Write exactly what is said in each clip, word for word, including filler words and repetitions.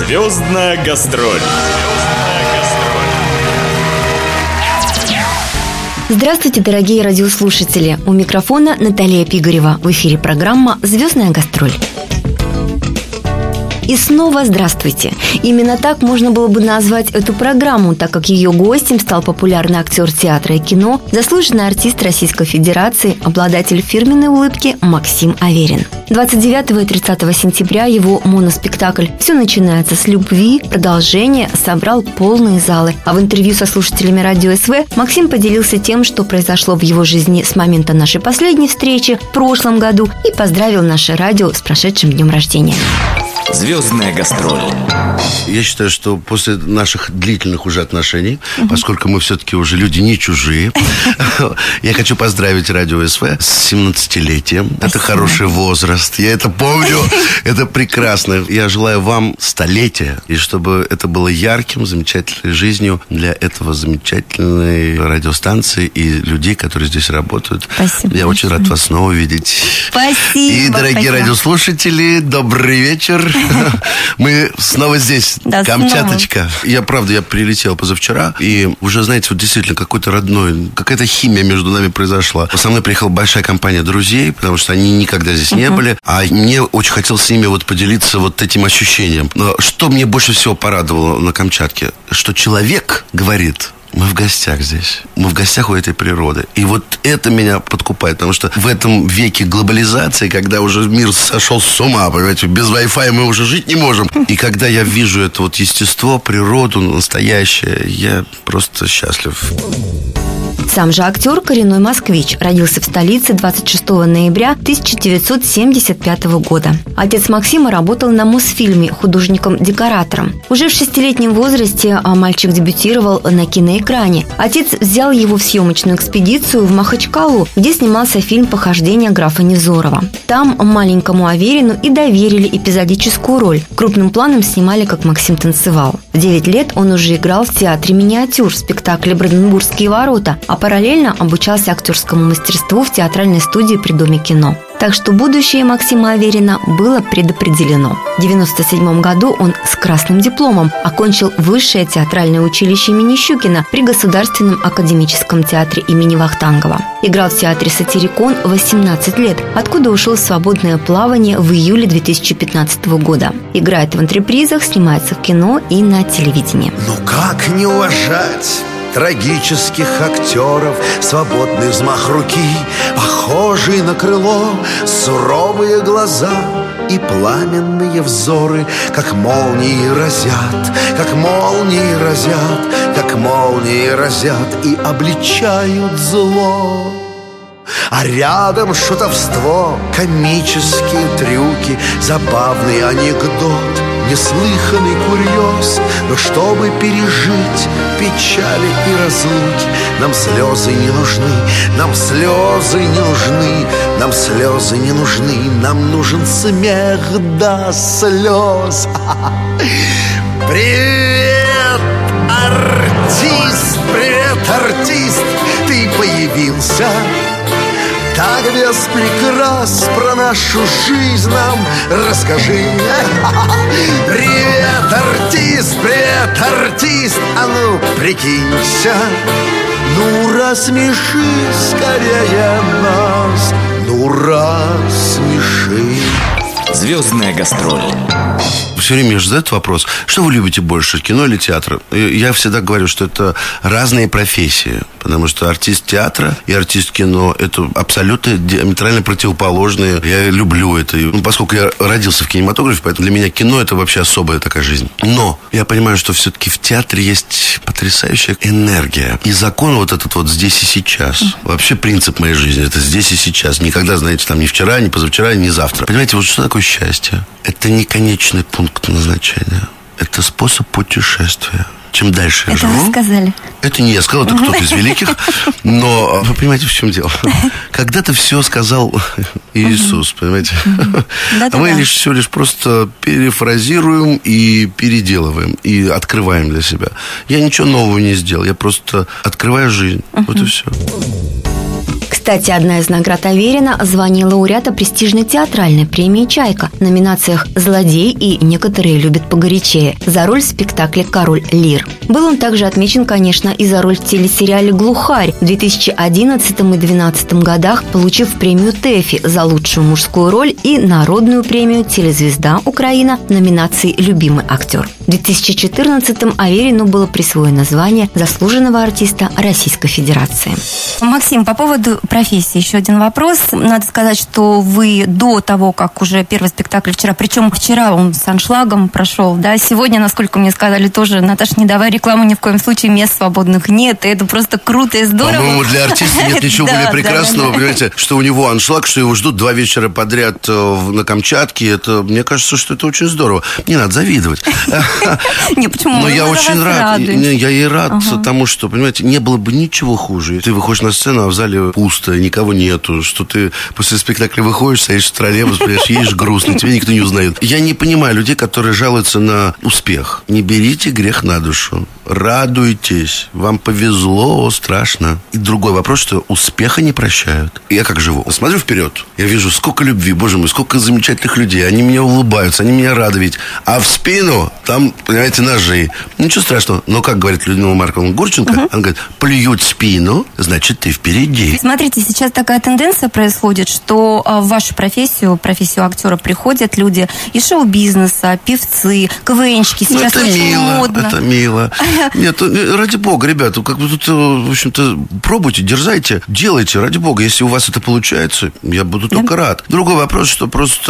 Звездная гастроль. Здравствуйте, дорогие радиослушатели! У микрофона Наталья Пигарева. В эфире программа «Звездная гастроль». И снова здравствуйте! Именно так можно было бы назвать эту программу, так как ее гостем стал популярный актер театра и кино, заслуженный артист Российской Федерации, обладатель фирменной улыбки Максим Аверин. двадцать девятого и тридцатого сентября его моноспектакль «Все начинается с любви» продолжение собрал полные залы. А в интервью со слушателями радио СВ Максим поделился тем, что произошло в его жизни с момента нашей последней встречи в прошлом году, и поздравил наше радио с прошедшим днем рождения. Звездная гастроль. Я считаю, что после наших длительных уже отношений, uh-huh. поскольку мы все-таки уже люди не чужие, я хочу поздравить радио СВ с семнадцатилетием. Это хороший возраст. Я это помню. Это прекрасно. Я желаю вам столетия, и чтобы это было ярким, замечательной жизнью для этого замечательной радиостанции и людей, которые здесь работают. Спасибо. Я очень рад вас снова видеть. Спасибо. И, дорогие спасибо. радиослушатели, добрый вечер. Мы снова здесь. Да, Камчаточка. снова. Я, правда, я прилетел позавчера, и уже, знаете, вот действительно какой-то родной, какая-то химия между нами произошла. Со мной приехала большая компания друзей, потому что они никогда здесь uh-huh. не были, а мне очень хотелось с ними вот поделиться вот этим ощущением. Но что мне больше всего порадовало на Камчатке, что человек говорит: мы в гостях здесь. Мы в гостях у этой природы. И вот это меня подкупает, потому что в этом веке глобализации, когда уже мир сошел с ума, понимаете, без Wi-Fi мы уже жить не можем. И когда я вижу это вот естество, природу настоящее, я просто счастлив. Сам же актер коренной москвич, родился в столице двадцать шестого ноября тысяча девятьсот семьдесят пятого года. Отец Максима работал на Мосфильме художником-декоратором. Уже в шестилетнем возрасте мальчик дебютировал на киноэкране. Отец взял его в съемочную экспедицию в Махачкалу, где снимался фильм «Похождения графа Невзорова». Там маленькому Аверину и доверили эпизодическую роль. Крупным планом снимали, как Максим танцевал. В девять лет он уже играл в театре миниатюр в спектакле «Бранденбургские ворота», а параллельно обучался актерскому мастерству в театральной студии при Доме кино. Так что будущее Максима Аверина было предопределено. В девяносто седьмом году он с красным дипломом окончил Высшее театральное училище имени Щукина при Государственном академическом театре имени Вахтангова. Играл в театре «Сатирикон» восемнадцать лет, откуда ушел в свободное плавание в июле две тысячи пятнадцатого года. Играет в антрепризах, снимается в кино и на телевидении. Ну как не уважать трагических актеров, свободный взмах руки, похожий на крыло, суровые глаза и пламенные взоры, как молнии разят, как молнии разят, как молнии разят и обличают зло. А рядом шутовство, комические трюки, забавный анекдот, неслыханный курьез. Но чтобы пережить печали и разлуки, нам слезы не нужны, нам слезы не нужны, нам слезы не нужны, нам нужен смех до слез. Привет, артист, привет, артист, ты появился. Так без прикрас про нашу жизнь нам расскажи. Привет, артист, привет, артист, а ну прикинься. Ну рассмеши скорее нас, ну рассмеши. Звездная гастроль. Все время меня задают вопрос: что вы любите больше, кино или театр? И я всегда говорю, что это разные профессии. Потому что артист театра и артист кино – это абсолютно диаметрально противоположные. Я люблю это. Ну, поскольку я родился в кинематографе, поэтому для меня кино – это вообще особая такая жизнь. Но я понимаю, что все-таки в театре есть потрясающая энергия. И закон вот этот вот здесь и сейчас. Вообще принцип моей жизни – это здесь и сейчас. Никогда, знаете, там ни вчера, ни позавчера, ни завтра. Понимаете, вот что такое счастье? Это не конечный пункт назначения. Это способ путешествия. Чем дальше я это живу... вы сказали. Это не я сказал, это кто-то из великих. Но вы понимаете, в чем дело? Когда-то все сказал Иисус, понимаете? А мы лишь все лишь просто перефразируем и переделываем, и открываем для себя. Я ничего нового не сделал, я просто открываю жизнь. Вот и все. Кстати, одна из наград Аверина – звание лауреата престижной театральной премии «Чайка» в номинациях «Злодей» и «Некоторые любят погорячее» за роль в спектакле «Король Лир». Был он также отмечен, конечно, и за роль в телесериале «Глухарь» в две тысячи одиннадцатом и две тысячи двенадцатом годах, получив премию ТЭФИ за лучшую мужскую роль и народную премию «Телезвезда Украина» в номинации «Любимый актер». В две тысячи четырнадцатом Аверину было присвоено звание заслуженного артиста Российской Федерации. Максим, по поводу профессии еще один вопрос. Надо сказать, что вы до того, как уже первый спектакль вчера, причем вчера он с аншлагом прошел, да, сегодня, насколько мне сказали, тоже, Наташа, не давай рекламу, ни в коем случае мест свободных нет, и это просто круто и здорово. По-моему, для артиста нет ничего более прекрасного, понимаете, что у него аншлаг, что его ждут два вечера подряд на Камчатке, это, мне кажется, что это очень здорово. Не надо завидовать. Не, почему? Но я очень рад, я и рад тому, что, понимаете, не было бы ничего хуже. Ты выходишь на сцену, а в зале пусто, никого нету, что ты после спектакля выходишь, стоишь в троллейбус, едешь грустно, тебя никто не узнает. Я не понимаю людей, которые жалуются на успех. Не берите грех на душу. Радуйтесь. Вам повезло, страшно. И другой вопрос, что успеха не прощают. Я как живу? Смотрю вперед. Я вижу, сколько любви, боже мой, сколько замечательных людей. Они меня улыбаются, они меня рады видеть. А в спину там, понимаете, ножи. Ничего страшного. Но, как говорит Людмила Марковна Гурченко, uh-huh. она говорит, плюют в спину, значит, ты впереди. Смотрите, сейчас такая тенденция происходит, что в вашу профессию, профессию актера, приходят люди из шоу-бизнеса, певцы, КВНщики. Сейчас ну, это очень мило, модно. Это мило. Нет, ради бога, ребята, как бы тут, в общем-то, пробуйте, дерзайте, делайте, ради бога. Если у вас это получается, я буду только да. рад. Другой вопрос, что просто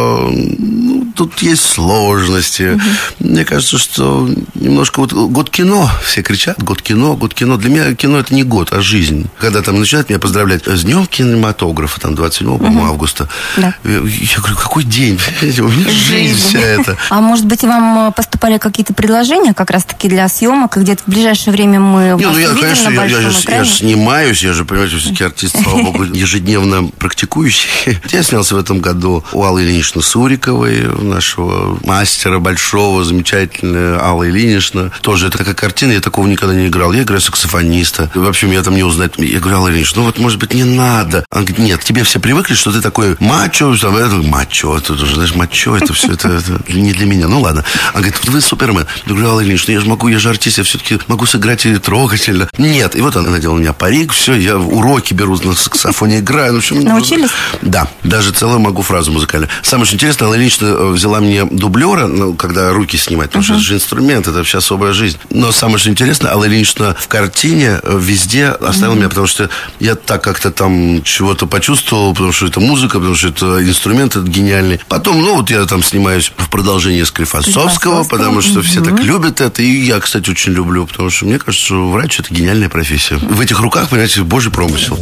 ну, тут есть сложности. Угу. Мне кажется, что немножко вот год кино, все кричат, год кино, год кино. Для меня кино это не год, а жизнь. Когда там начинают меня поздравлять с днем кинематографа, там двадцать седьмого угу. августа. Да. Я говорю, какой день? У меня жизнь вся эта. А может быть, вам поступали какие-то предложения как раз-таки для съемок, и где-то в ближайшее время мы не, вас ну, я, увидим конечно, на большом я, я, экране? Я же снимаюсь, я же, понимаете, все-таки артист, слава богу, ежедневно практикующий. Я снялся в этом году у Аллы Ильиничны Суриковой, нашего мастера большого, замечательная Алла Ильинична. Тоже это такая картина, я такого никогда не играл. Я играю саксофониста. В общем, я там не узнать. Я говорю, Алла Ильинична, ну вот, может быть, не надо. Она говорит, нет, тебе все привыкли, что ты такой мачо, там, это, мачо, это уже, знаешь, мачо, это все, это, это не для меня. Ну ладно. Она говорит, вы супермен. Я говорю, Алла Ильинична, я же могу, я же артист, я все-таки могу сыграть и трогательно. Нет. И вот она надела у меня парик, все, я уроки беру на саксофоне, играю. Ну, в общем, научились? Да, даже целую могу фразу музыкальную. Самое что интересное, Алла Ильинична взяла мне дублера, ну, когда руки снимать, потому uh-huh. что это же инструмент, это вообще особая жизнь. Но самое что интересное, Алла Ильинична в картине везде оставила uh-huh. меня, потому что я так как-то там чего-то почувствовал, потому что это музыка, потому что это инструмент, это гениальный. Потом, ну, вот я там снимаюсь в продолжении Склифосовского, потому что uh-huh. все так любят это, и я, кстати, очень люблю, потому что мне кажется, что врач – это гениальная профессия. В этих руках, понимаете, божий промысел.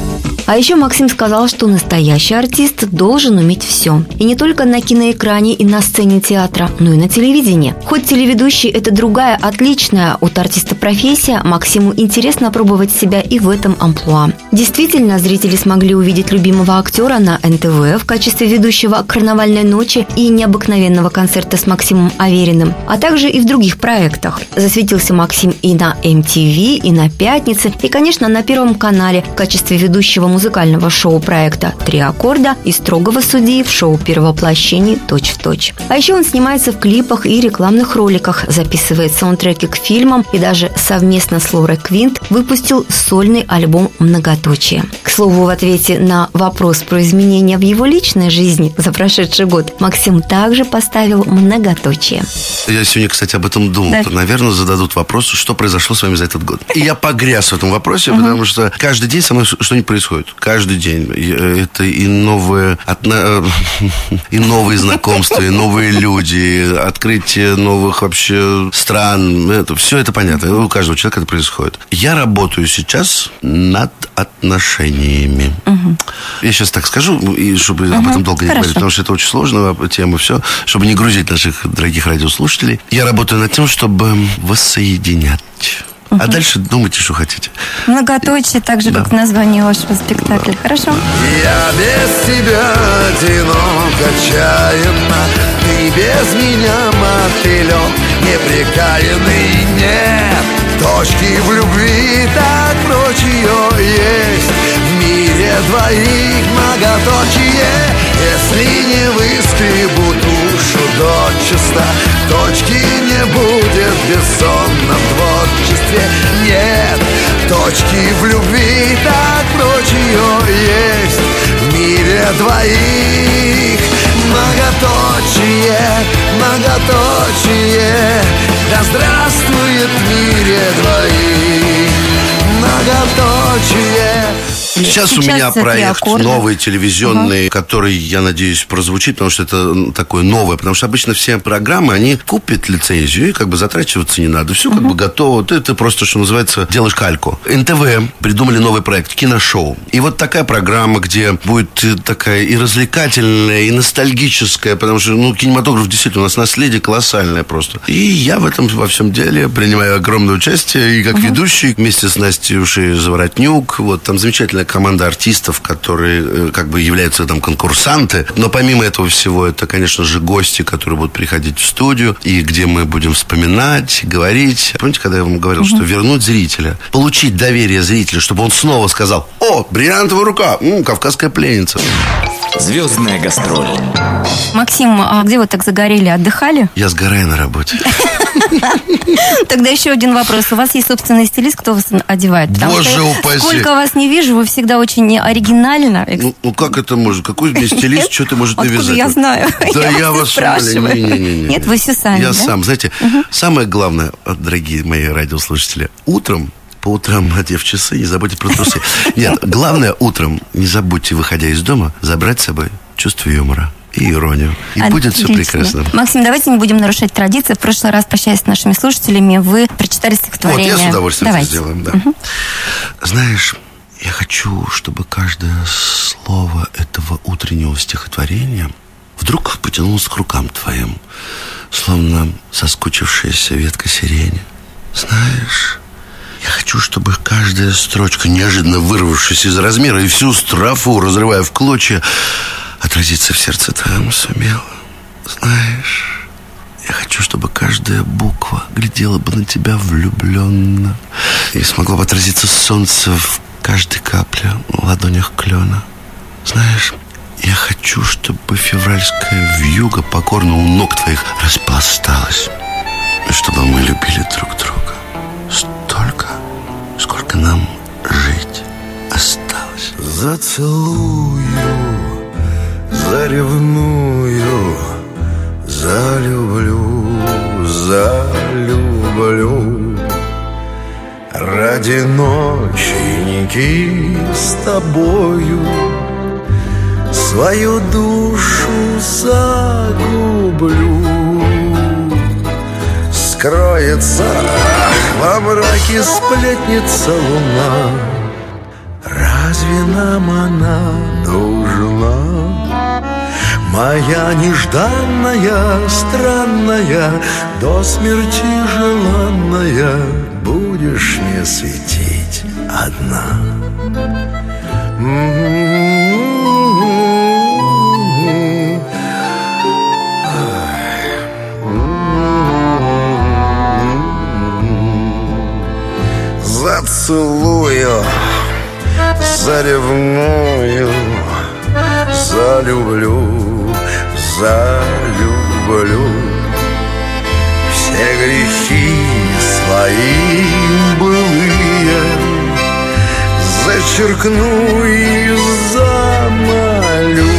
А еще Максим сказал, что настоящий артист должен уметь все. И не только на киноэкране и на сцене театра, но и на телевидении. Хоть телеведущий – это другая, отличная от артиста профессия, Максиму интересно пробовать себя и в этом амплуа. Действительно, зрители смогли увидеть любимого актера на эн тэ вэ в качестве ведущего «Карнавальной ночи» и необыкновенного концерта с Максимом Авериным, а также и в других проектах. Засветился Максим и на эм ти ви, и на «Пятнице», и, конечно, на Первом канале в качестве ведущего музыкального шоу-проекта «Три аккорда» и строгого судьи в шоу «Перевоплощение. Точь в точь». А еще он снимается в клипах и рекламных роликах, записывает саундтреки к фильмам и даже совместно с Лорой Квинт выпустил сольный альбом «Многоточие». К слову, в ответе на вопрос про изменения в его личной жизни за прошедший год Максим также поставил многоточие. Я сегодня, кстати, об этом думал. Да. Наверное, зададут вопрос, что произошло с вами за этот год. И я погряз в этом вопросе, uh-huh. потому что каждый день со мной что-нибудь происходит. Каждый день. Это и новые, и новые знакомства, и новые люди, открытие новых вообще стран. Это, все это понятно. У каждого человека это происходит. Я работаю сейчас над отношениями. Угу. Я сейчас так скажу, и чтобы угу. об этом долго не Хорошо. говорить, потому что это очень сложная тема, все, чтобы не грузить наших дорогих радиослушателей. Я работаю над тем, чтобы воссоединять. Uh-huh. А дальше думайте, что хотите. Многоточие, так же, да. как в названии вашего спектакля. Да. Хорошо? Я без тебя одинок, отчаянно. Ты без меня мотылек непрекаянный. Нет точки в любви, так ночью есть. В мире двоих многоточие. Если не выскребу душу дочисто, точки не будет в бессонном творчестве. Нет, точки в любви так ночью есть. В мире двоих многоточие, многоточие. Да здравствует в мире двоих многоточие. Сейчас, Сейчас у меня проект новый, телевизионный, угу. который, я надеюсь, прозвучит, потому что это такое новое. Потому что обычно все программы, они купят лицензию, и как бы затрачиваться не надо. Все угу. как бы готово. Ты, ты просто, что называется, делаешь кальку. эн тэ вэ придумали новый проект, киношоу. И вот такая программа, где будет такая и развлекательная, и ностальгическая, потому что, ну, кинематограф действительно у нас наследие колоссальное просто. И я в этом во всем деле принимаю огромное участие, и как угу. ведущий, вместе с Настей Заворотнюк. Вот там замечательная команда артистов, которые как бы являются там конкурсанты. Но помимо этого всего, это, конечно же, гости, которые будут приходить в студию, и где мы будем вспоминать, говорить. Помните, когда я вам говорил, угу. что вернуть зрителя, получить доверие зрителя, чтобы он снова сказал: о, бриллиантовая рука, м-м, кавказская пленница. Звездная гастроль. Максим, а где вы так загорели? Отдыхали? Я сгораю на работе. Тогда еще один вопрос. У вас есть собственный стилист, кто вас одевает? Боже упаси. Сколько вас не вижу, вы всегда очень оригинально. Ну, ну как это может? Какой мне стилист что-то может навязать? Откуда я знаю? Да я вас спрашиваю. Нет, вы все сами. Я сам. Знаете, самое главное, дорогие мои радиослушатели, утром, по утрам, одев часы, не забудьте про трусы. Нет, главное, утром не забудьте, выходя из дома, забрать с собой чувство юмора и иронию. И Отлично. Будет все прекрасно. Максим, давайте не будем нарушать традиции. В прошлый раз, прощаясь с нашими слушателями, вы прочитали стихотворение. Вот, я с удовольствием давайте. это сделаю, да. Угу. Знаешь, я хочу, чтобы каждое слово этого утреннего стихотворения вдруг потянулось к рукам твоим, словно соскучившаяся ветка сирени. Знаешь, я хочу, чтобы каждая строчка, неожиданно вырвавшись из размера и всю строфу разрывая в клочья, отразиться в сердце твоем сумела. Знаешь, я хочу, чтобы каждая буква глядела бы на тебя влюбленно и смогла бы отразиться солнце в каждой капле в ладонях клена. Знаешь, я хочу, чтобы февральская вьюга покорно у ног твоих распласталась, и чтобы мы любили друг друга столько, сколько нам жить осталось. Зацелую, заревную, залюблю, залюблю. Ради ночники с тобою свою душу загублю. Скроется во мраке сплетница луна. Разве нам она нужна? Моя нежданная, странная, до смерти желанная, будешь мне светить одна. Зацелую, заревную, залюблю, залюблю. Все грехи свои былые зачеркну и замолю.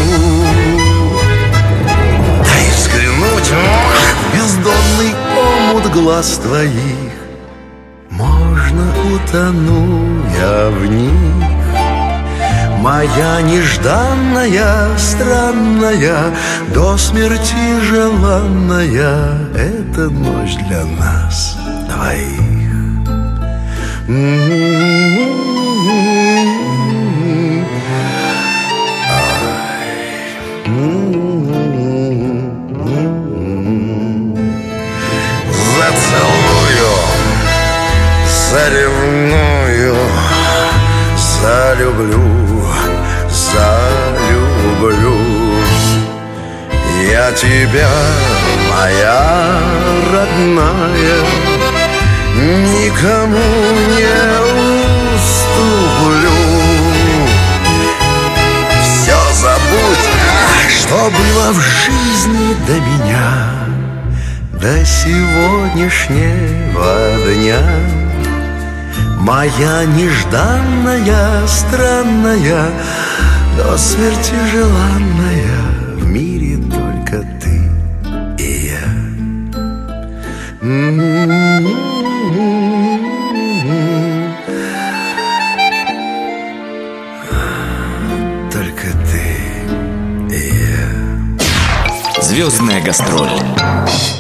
Дай взглянуть в бездонный омут глаз твоих. Можно, утонуя в них. Моя нежданная, странная, до смерти желанная, это ночь для нас двоих. Зацелую, заревную, залюблю, залюблю. Я тебя, моя родная, никому не уступлю. что было в жизни до меня, до сегодняшнего дня. Моя нежданная, странная, до смерти желанная, в мире только ты и я. Только ты и я. Звездная гастроль.